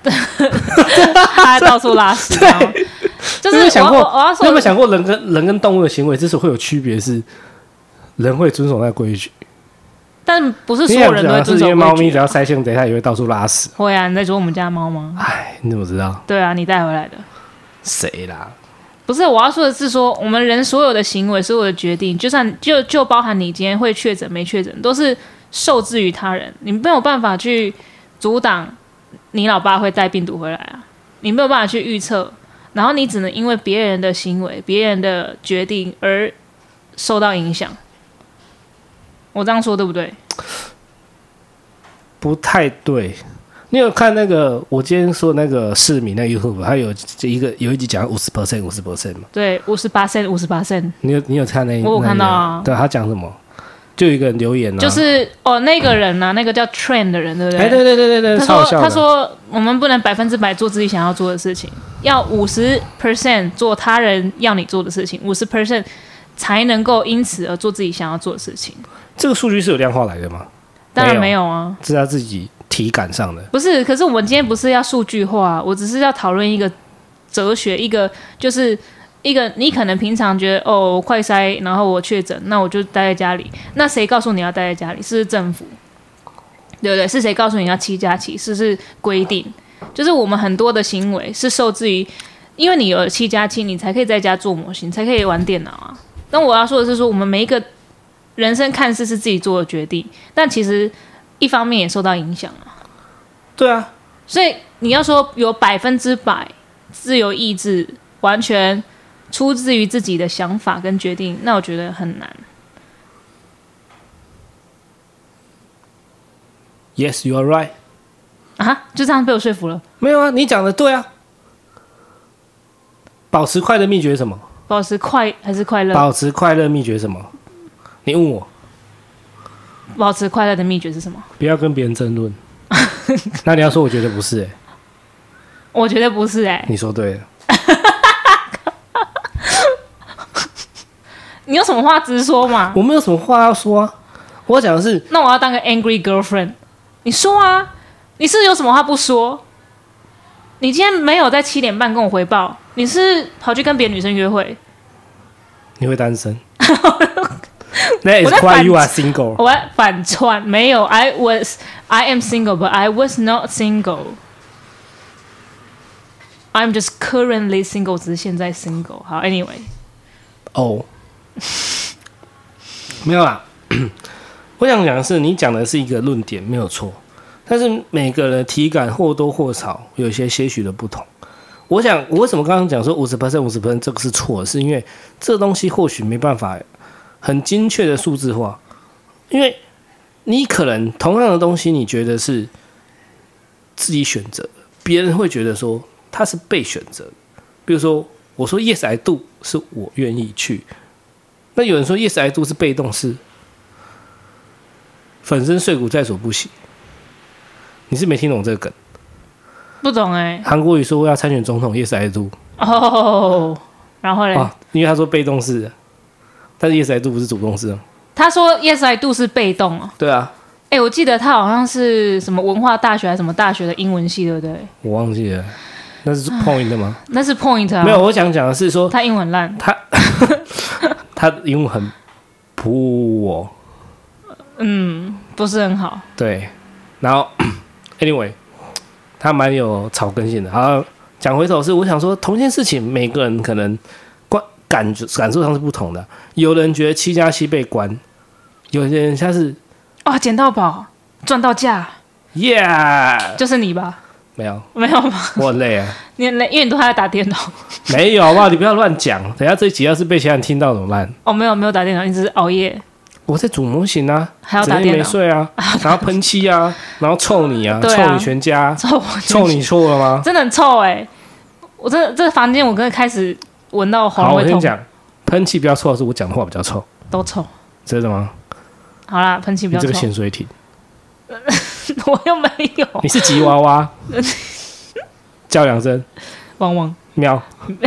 他到处拉屎，就是我想过， 我要说， 你有没有想过人跟人跟动物的行为之所以会有区别，是人会遵守那规矩， 但不是所有人都会遵守规矩、啊。 因为猫咪只要塞性，等一下也会到处拉屎。 会啊，你在说我们家猫吗？ 哎，你怎么知道？ 对啊，你带回来的。 谁啦？ 不是，我要说的是说，我们人所有的行为、所有的决定，就算就就包含你今天会确诊没确诊，都是受制于他人，你没有办法去阻挡你老爸会带病毒回来啊，你没有办法去预测，然后你只能因为别人的行为、别人的决定而受到影响。我这样说对不对？ 不太对。你有看那个我今天说的那个市民那 YouTube， 他有一个有一集讲五十 percent 五十 percent 嘛？ 对，五十八 percent 五十八 percent。你有你有看那？ 我有看到啊。 对，他讲什么？就有一个人留言啊， 就是哦，那个人啊，那个叫 Trend 的人，对不对？ 哎，对对对对对， 他说他说我们不能百分之百做自己想要做的事情，要五十 percent 做他人要你做的事情，五十 percent 才能够因此而做自己想要做的事情。 这个数据是有量化来的吗？ 当然没有啊， 是他自己体感上的。 不是，可是我们今天不是要数据化，我只是要讨论一个哲学，一个就是一个你可能平常觉得哦快筛，然后我确诊，那我就待在家里。那谁告诉你要待在家里？是不是政府？对不对？是谁告诉你要七加七？是不是规定？就是我们很多的行为是受制于，因为你有七加七，你才可以在家做模型，才可以玩电脑啊。但我要说的是说，我们每一个人生看似是自己做的决定，但其实一方面也受到影响啊。 对啊， 所以你要说有百分之百自由意志，完全出自于自己的想法跟决定，那我觉得很难。 Yes, you are right. 啊，就这样被我说服了？ 没有啊，你讲的对啊。保持快乐秘诀是什么？ 保持快还是快乐？ 保持快乐秘诀是什么？你问我。 保持快乐的秘诀是什么？ 不要跟别人争论。那你要说我觉得不是、欸、 我觉得不是哎、欸。 你说对了。 你有什么话直说嘛？ 我没有什么话要说啊。我讲的是， 那我要当个 angry girlfriend。你说啊， 你是有什么话不说？你今天没有在七点半跟我回报，你是跑去跟别的女生约会？ 你会单身？That is why you are single。 我在反串，没有 ，I was I am single, but I was not single. I'm just currently single， 只是现在 single。好 ，Anyway。 哦，没有啦。我想讲的是，你讲的是一个论点，没有错。但是每个人的体感或多或少有一些些许的不同。我想，我为什么刚刚讲说五十 percent、五十 percent 这个是错的，是因为这个东西或许没办法很精确的数字化，因为你可能同样的东西，你觉得是自己选择，别人会觉得说他是被选择的。比如说，我说 Yes I do 是我愿意去，那有人说 Yes I do 是被动式。粉身碎骨在所不惜，你是没听懂这个梗？ 不懂哎、欸。 韩国瑜说要参选总统 ，Yes I do。 哦，然后嘞、啊？ 因为他说被动式的，但是 Yes I do 不是主动式的。 他说 Yes I do 是被动哦。 对啊。 哎、欸，我记得他好像是什么文化大学还是什么大学的英文系，对不对？ 我忘记了，那是 point 的吗？ 那是 point 啊。 没有，我想讲的是说他英文烂， 他他英文很普哦。 嗯，不是很好。 对，然后 anyway， 他蛮有草根性的。好，讲回头是，我想说，同一件事情，每个人可能观感感受上是不同的。有人觉得七加七被关，有些人他是哇，捡到宝，赚到价 ，yeah， 就是你吧？ 没有， 没有吧？ 我很累啊， 你很累，因为你都还在打电脑。 没有好不好？你不要乱讲，等一下这一集要是被其他人听到怎么办？ 哦，没有没有打电脑，你只是熬夜。 我在煮模型啊， 还要打电脑， 没睡啊，然后喷漆啊，然后臭你啊， 啊臭你全家， 臭臭你错了吗？ 真的很臭哎、欸！我真的这个房间，我刚开始闻到喉咙会痛。 好，我跟你讲，喷漆比较臭的是我讲的话比较臭， 都臭， 真的吗？ 好啦，喷漆比较臭。 你这个潜水艇， 我又没有。 你是吉娃娃，叫两声， 汪汪， 喵，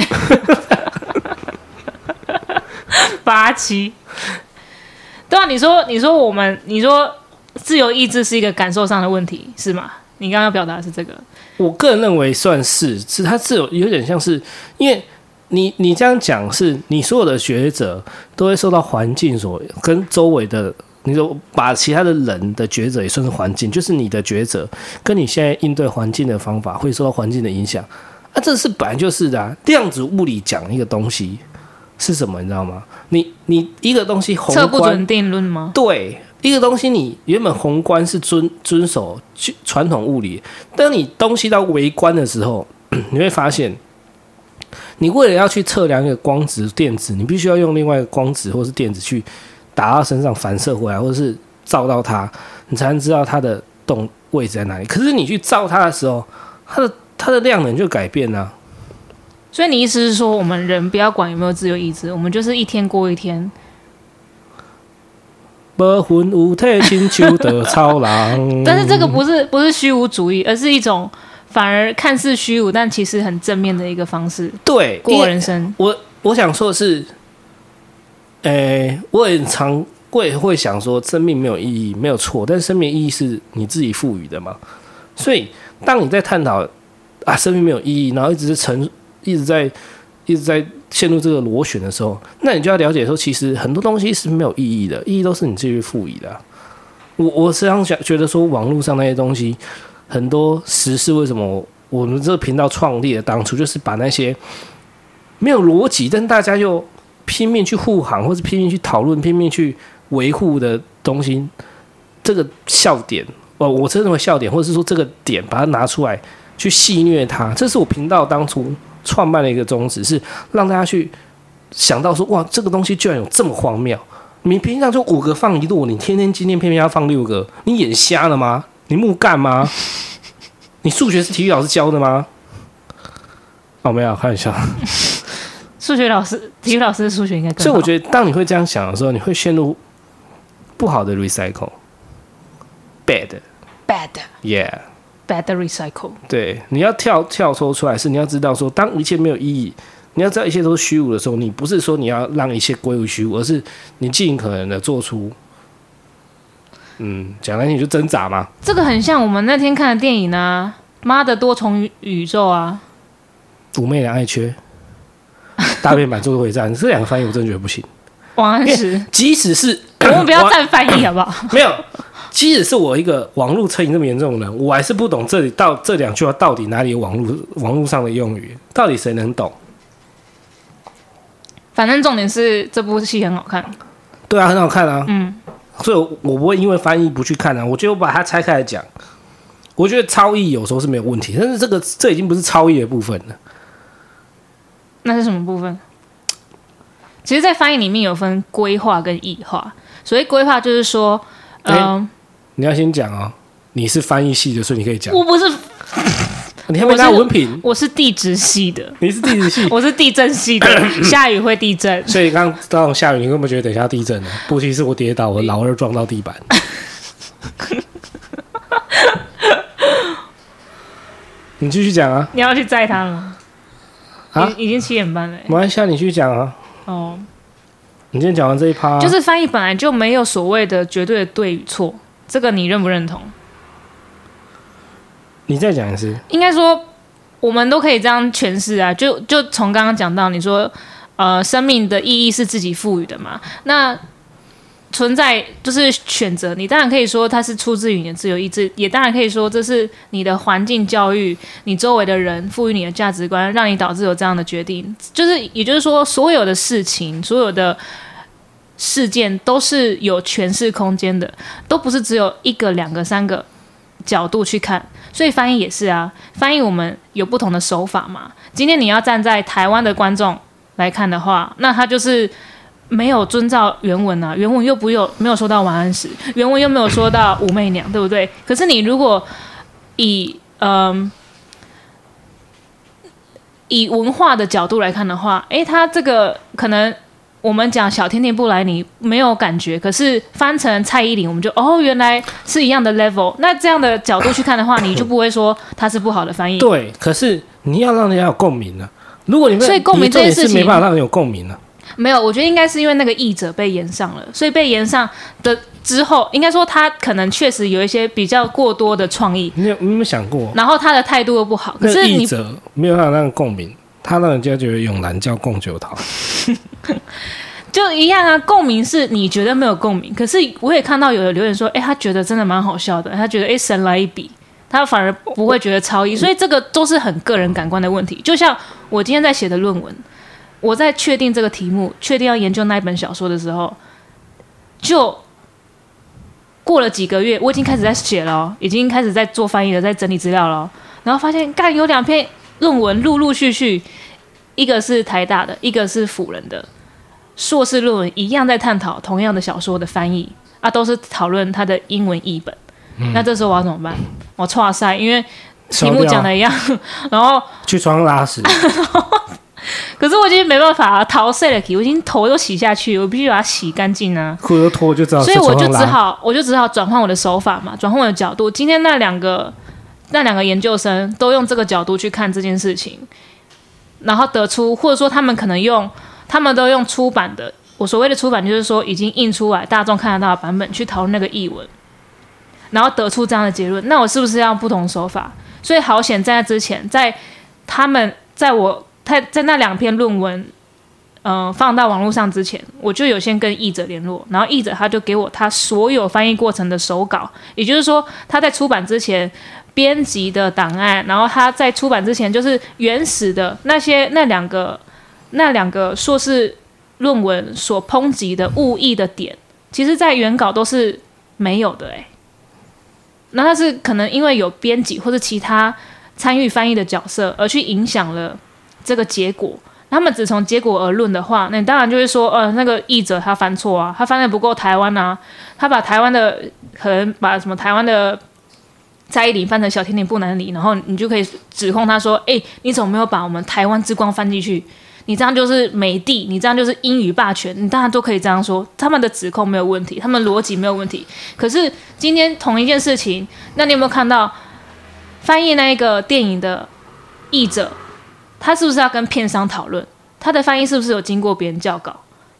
八七。对啊，你说，你说我们，你说自由意志是一个感受上的问题，是吗？你刚刚要表达的是这个？ 我个人认为算是，是它是有有点像是，因为你你这样讲，是你所有的学者都会受到环境所跟周围的，你说把其他的人的抉择也算是环境，就是你的抉择跟你现在应对环境的方法会受到环境的影响，啊，这是本来就是的啊。量子物理讲一个东西。是什么？你知道吗？你你一个东西宏观， 测不准定论吗？ 对，一个东西你原本宏观是遵遵守传统物理，当你东西到微观的时候，你会发现，你为了要去测量一个光子电子，你必须要用另外一个光子或是电子去打到身上反射回来，或者是照到它，你才能知道它的动位置在哪里。可是你去照它的时候，它的它的量能就改变了、啊。 所以你意思是说，我们人不要管有没有自由意志，我们就是一天过一天。 无魂有体亲像的草人。 但是这个不是不是虚无主义，而是一种反而看似虚无，但其实很正面的一个方式。 对， 过人生。 我我想说的是，诶，我也常我也会想说，生命没有意义，没有错，但是生命意义是你自己赋予的嘛。所以，当你在探讨啊，生命没有意义，然后一直是沉。一直在一直在陷入这个螺旋的时候，那你就要了解说，其实很多东西是没有意义的，意义都是你自己赋予的、啊。我我时常想觉得说，网络上那些东西，很多时事为什么我们这个频道创立的当初就是把那些没有逻辑，但大家又拼命去护航，或是拼命去讨论、拼命去维护的东西，这个笑点，我我真的认为笑点，或者是说这个点，把它拿出来去戏谑它，这是我频道当初创办的一个宗旨，是让大家去想到说，哇，这个东西居然有这么荒谬！你平常就五个放一摞，你天天今天偏偏要放六个，你眼瞎了吗？你木干吗？你数学是体育老师教的吗？哦，没有，开玩笑。 数学老师、体育老师的数学应该更好。 所以我觉得，当你会这样想的时候，你会陷入不好的 recycle，bad，bad，yeah。 bad recycle， 对，你要跳跳脱出来，是你要知道说，当一切没有意义，你要知道一切都是虚无的时候，你不是说你要让一切归于虚无，而是你尽可能的做出嗯，讲难听就挣扎嘛。 这个很像我们那天看的电影啊，妈的多重宇宙啊， 武媚娘爱缺，大变版《咒术回战》这两个翻译我真的觉得不行。 王安石， 即使是我们不要站翻译好不好？ 没有，即使是我一个网络成瘾这么严重的人，我还是不懂这里到这两句话到底哪里有网络网络上的用语，到底谁能懂？ 反正重点是这部戏很好看。 对啊，很好看啊。 嗯， 所以我不会因为翻译不去看啊。我觉得我把它拆开来讲，我觉得超译有时候是没有问题，但是这个这已经不是超译的部分了。 那是什么部分？其实，在翻译里面有分规划跟异化。所谓规划就是说，嗯、呃欸，你要先讲哦，你是翻译系的，所以你可以讲。 我不是， 你还没拿文凭。 我是地质系的。 你是地质系， 我是地震系的。下雨会地震， 所以刚刚下雨，你会不会觉得等一下地震呢？不，其实我跌倒，我老二撞到地板。你继续讲啊！ 你要去载他了吗？啊，已经七点半了、欸。 没关系，你继续讲啊。哦，你今天讲完这一趴、啊， 就是翻译本来就没有所谓的绝对的对与错，这个你认不认同？ 你再讲一次。 应该说，我们都可以这样诠释啊。就就从刚刚讲到，你说，呃，生命的意义是自己赋予的嘛？那存在就是选择，你当然可以说它是出自于你的自由意志，也当然可以说这是你的环境教育、你周围的人赋予你的价值观，让你导致有这样的决定。就是也就是说，所有的事情、所有的事件都是有诠释空间的，都不是只有一个、两个、三个角度去看。所以翻译也是啊，翻译我们有不同的手法嘛。今天你要站在台湾的观众来看的话，那他就是没有遵照原文啊，原文又不有没有说到王安石，原文又没有说到武媚娘，对不对？可是你如果以嗯以文化的角度来看的话，诶，他这个可能我们讲小甜甜布莱尼没有感觉，可是翻成蔡依林，我们就哦原来是一样的 level。那这样的角度去看的话，你就不会说它是不好的翻译。 对，可是你要让人家有共鸣呢、啊。如果你们所以共鸣这件事情是没办法让人有共鸣呢、啊。 没有，我觉得应该是因为那个译者被延上了，所以被延上的之后，应该说他可能确实有一些比较过多的创意。 你有你有没有想过？ 然后他的态度又不好，可是译者没有办法让人共鸣，他让人家觉得永兰叫贡九桃， 就一样啊。共鸣是你觉得没有共鸣，可是我也看到有的留言说，哎，他觉得真的蛮好笑的，他觉得哎神来一笔，他反而不会觉得超译，所以这个都是很个人感官的问题。就像我今天在写的论文。我在确定这个题目、确定要研究那一本小说的时候，就过了几个月，我已经开始在写了、哦，已经开始在做翻译了，在整理资料了、哦。然后发现，干有两篇论文陆陆续续，一个是台大的，一个是辅仁的硕士论文，一样在探讨同样的小说的翻译啊，都是讨论它的英文译本。嗯、那这时候我要怎么办？我剉赛，因为题目讲的一样，然后去床上拉屎。 可是我已经没办法逃税了，我已经头都洗下去，我必须把它洗干净啊！ 裤子脱就知道， 所以我就只好，我就只好转换我的手法嘛，转换我的角度。今天那两个那两个研究生都用这个角度去看这件事情，然后得出，或者说他们可能用，他们都用出版的，我所谓的出版就是说已经印出来，大众看得到的版本去讨论那个译文，然后得出这样的结论。那我是不是要用不同手法？所以好险在那之前，在他们在我。在在那两篇论文，呃，放到网络上之前，我就有先跟译者联络，然后译者他就给我他所有翻译过程的手稿，也就是说他在出版之前编辑的档案，然后他在出版之前就是原始的那些那两个那两个硕士论文所抨击的误译的点，其实在原稿都是没有的哎。那他是可能因为有编辑或者其他参与翻译的角色而去影响了。这个结果，他们只从结果而论的话，那你当然就会说，呃，那个译者他翻错啊，他翻的不够台湾啊，他把台湾的可能把什么台湾的蔡依林翻成小甜甜布兰妮，然后你就可以指控他说，哎、欸，你怎么没有把我们台湾之光翻进去？你这样就是美帝，你这样就是英语霸权，你当然都可以这样说，他们的指控没有问题，他们逻辑没有问题。可是今天同一件事情，那你有没有看到翻译那一个电影的译者？他是不是要跟片商讨论？他的翻译是不是有经过别人校稿？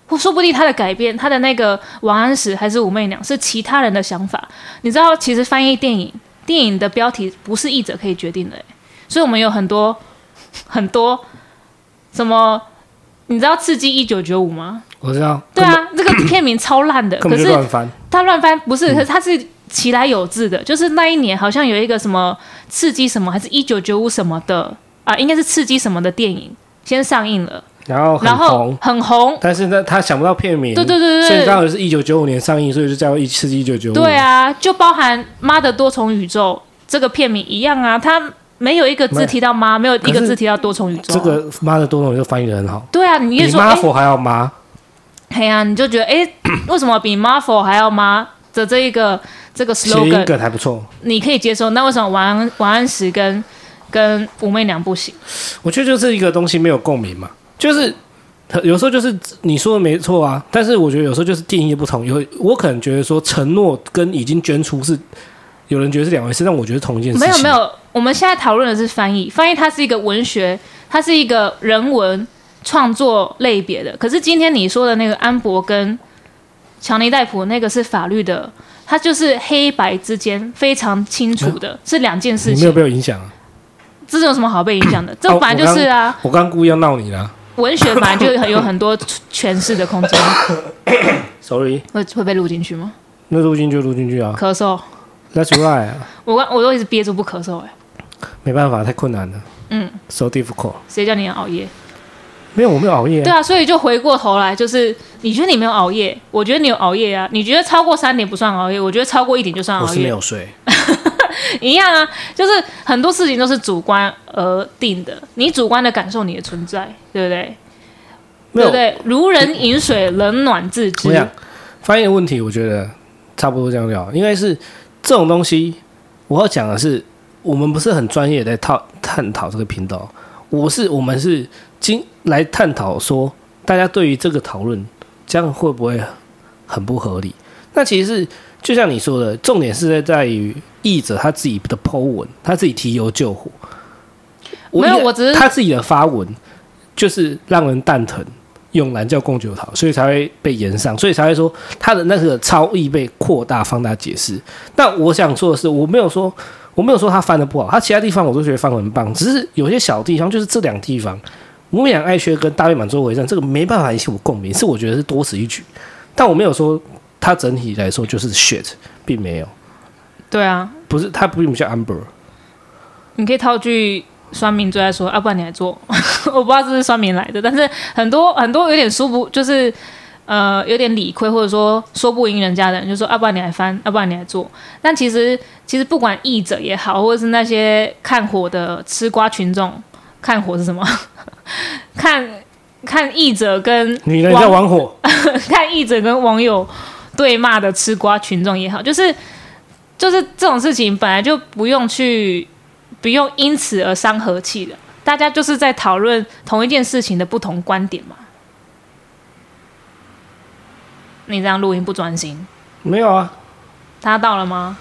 或说不定他的改变，他的那个王安石还是武媚娘是其他人的想法。你知道，其实翻译电影，电影的标题不是译者可以决定的，所以我们有很多很多什么，你知道《刺激一九九五》吗？ 我知道。 对啊，这个片名超烂的， 根本就乱翻。 他乱翻不是，可是他是其来有自的，就是那一年好像有一个什么刺激什么，还是一九九五什么的啊，应该是刺激什么的电影先上映了。 然后很然后红， 很红， 但是呢，他想不到片名， 对对对对， 所以刚好是一九九五年上映，所以就叫《一刺激一九九五》。 对啊，就包含《妈的多重宇宙》这个片名一样啊，它没有一个字提到妈，没有一个字提到多重宇宙、啊。 这个妈的多重宇宙翻译的很好。 对啊，你就说比 Marvel 还要妈。 哎呀、啊，你就觉得哎，为什么比 Marvel 还要妈的这一个这个 slogan 谐音梗还不错， 你可以接受，那为什么王安王安石跟跟武媚娘不行？ 我觉得就是一个东西没有共鸣嘛，就是。有时候就是你说的没错啊，但是我觉得有时候就是定义不同。有我可能觉得说承诺跟已经捐出是有人觉得是两回事，但我觉得同一件事情。 没有没有，我们现在讨论的是翻译，翻译它是一个文学，它是一个人文创作类别的。可是今天你说的那个安博跟强尼戴普那个是法律的，它就是黑白之间非常清楚的，是两件事情。 你没有被我影响啊？ 这有什么好被影响的？这本来就是啊。 我刚刚故意要闹你啦。 文学本来就有很多诠释的空间。 Sorry， 会会被录进去吗？ 那录进就录进去啊。 咳嗽。 That's right 啊。 我刚我都一直憋住不咳嗽哎、 欸。没办法，太困难了。 嗯。 So difficult。 谁叫你熬夜？ 没有，我没有熬夜、啊。 对啊，所以就回过头来，就是你觉得你没有熬夜，我觉得你有熬夜啊。你觉得超过三点不算熬夜，我觉得超过一点就算熬夜。 我是没有睡。 一样啊，就是很多事情都是主观而定的，你主观的感受你的存在，对不对？对不对？如人饮水，冷暖自知。 我想翻译的问题，我觉得差不多这样聊，应该是这种东西。我要讲的是，我们不是很专业在讨探讨这个频道，我是我们是今来探讨说，大家对于这个讨论，这样会不会很不合理？那其实是就像你说的，重点是在在于译者他自己的 po 文，他自己提油救火。 没有，我只是他自己的发文就是让人蛋疼，用蓝叫共九桃，所以才会被延上，所以才会说他的那个超译被扩大放大解释。但我想说的是，我没有说我没有说他翻的不好，他其他地方我都觉得翻得很棒，只是有些小地方就是这两个地方，武媚娘爱薛跟大月满洲为战，这个没办法引起我共鸣，是我觉得是多此一举。但我没有说他整体来说就是 shit， 并没有。 对啊， 不是他并不像 Amber。 你可以套句酸民最爱说，啊，不然你来做。我不知道这是酸民来的，但是很多很多有点说不，就是呃有点理亏，或者说说不赢人家的人，就说，啊，不然你来翻，啊，不然你来做。但其实其实不管译者也好，或者是那些看火的吃瓜群众，看火是什么？看看译者跟你人在玩火， 看译者跟网友对骂的吃瓜群众也好，就是就是这种事情本来就不用去。不用因此而伤和气的，大家就是在讨论同一件事情的不同观点嘛。你这样录音不专心？ 没有啊。 他到了吗？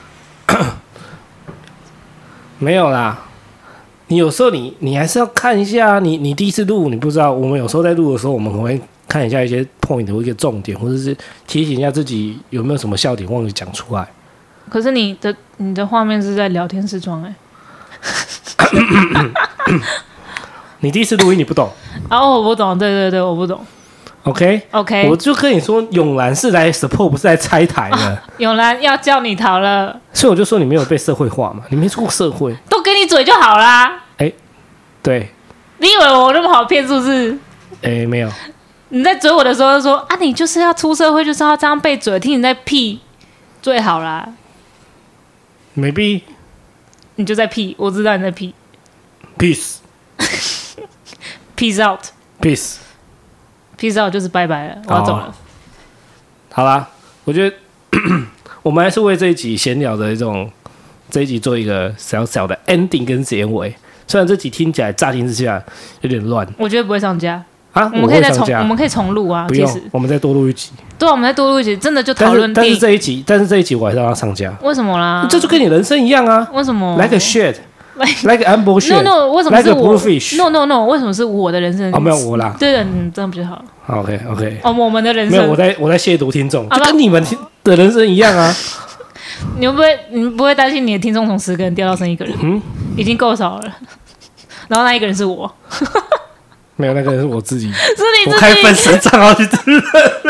没有啦。你有时候你你还是要看一下，你你第一次录你不知道，我们有时候在录的时候，我们可能会看一下一些 point 或一个重点，或者是提醒一下自己有没有什么笑点忘记讲出来。 可是你的你的画面是在聊天视窗哎。 你第一次录音你不懂哦，我不懂，对对对，我不懂。 OK OK， 我就跟你说，永兰是来 support， 不是来拆台的。啊、 永兰要叫你逃了， 所以我就说你没有被社会化嘛，你没出过社会， 都给你嘴就好啦。 哎，对， 你以为我那么好骗是不是？ 哎，没有。 你在嘴我的时候就说啊，你就是要出社会，就是要这样被嘴，听你在屁最好啦。 没必。 你就在屁，我知道你在屁。 Peace， peace out，peace peace out 就是拜拜了，我要走了。 好啦，我觉得我们还是为这一集闲聊的一种这一集做一个小小的 ending 跟结尾。虽然这集听起来乍听之下有点乱， 我觉得不会上架啊。 我们可以再重，我们可以重录啊。 不用，我们再多录一集。 对啊，我们再多录一集，真的就讨论。 但是这一集，但是这一集我还是让它上架。 为什么啦？ 这就跟你人生一样啊。 为什么 ？Like a shit。 like an bullshit。 No no， 为什么是 like a 我 bluefish？ ？No no no， 为什么是我的人生？ 哦，没有我啦。 对的，嗯，这样比较好。 OK OK。 哦，我们的人生没有，我在我在亵渎听众， 啊就跟你们的人生一样啊。 你会不会你不会担心你的听众从十个人掉到剩一个人？嗯，已经够少了。然后那一个人是我。 没有，那个人是我自己。 是你自己。 我开分身账号去吃人。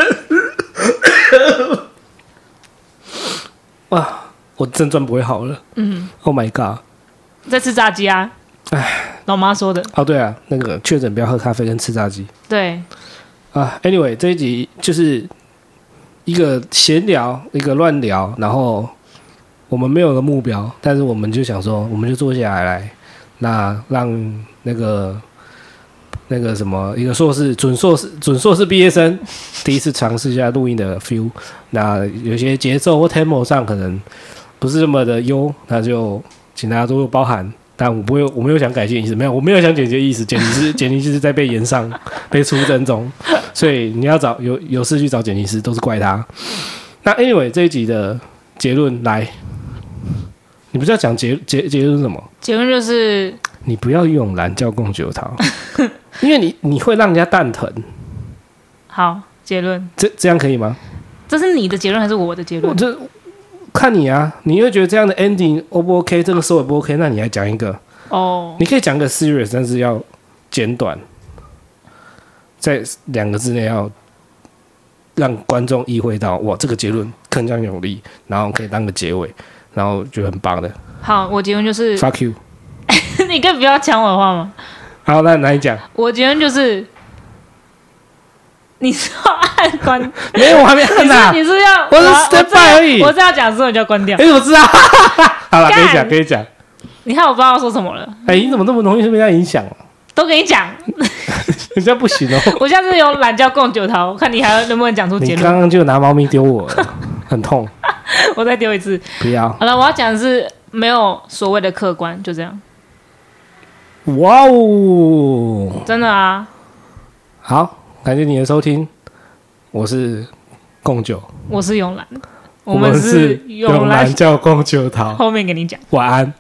哇，我症状不会好了。嗯 ，Oh my god， 在吃炸鸡啊！哎，老妈说的。 哦，对啊，那个确诊不要喝咖啡跟吃炸鸡。 对。 啊 ，Anyway， 这一集就是一个闲聊，一个乱聊，然后我们没有个目标，但是我们就想说，我们就坐下来来，那让那个那个什么一个硕士准硕士准硕士毕业生第一次尝试一下录音的 feel， 那有些节奏或 tempo 上可能不是那么的优，那就请大家多多包涵。但我不会，我没有想改进意思，没有，我没有想剪辑意思，剪辑师剪辑师在被延上，被出征中，所以你要找有有事去找剪辑师，都是怪他。那 anyway 这一集的结论来，你不是要讲结结结论是什么？ 结论就是你不要用蓝叫贡酒桃，因为你你会让人家蛋疼。 好，结论这这样可以吗？ 这是你的结论还是我的结论？ 我这看你啊，你会觉得这样的 ending O 不 OK， 这个收尾不 OK， 那你还讲一个哦， oh. 你可以讲个 serious， 但是要简短，在两个字内要让观众意会到，哇，这个结论铿锵有力，然后可以当个结尾，然后觉得很棒的。 好，我结论就是 fuck you， 你可以不要抢我的话吗？ 好，那那你讲。我结论就是。你是要按关？ 没有，我还没按啊！ 你是要我是 step by 而已。 我是要讲之后你就要关掉。 你怎么知道？好了，可以讲，可以讲。 你看我不知道要说什么了。 哎、欸，你怎么那么容易被人家影响、啊？ 都跟你讲， 人家不行哦。 我下次有懒觉供酒桃，看你还能不能讲出结论。 你刚刚就拿猫咪丢我了，很痛。 我再丢一次。 不要。 好了，我要讲的是没有所谓的客观，就这样。 哇哦！ 真的啊。 好。感谢你的收听，我是贡酒， 我是永兰， 我们是永兰叫贡酒桃， 后面给你讲， 晚安。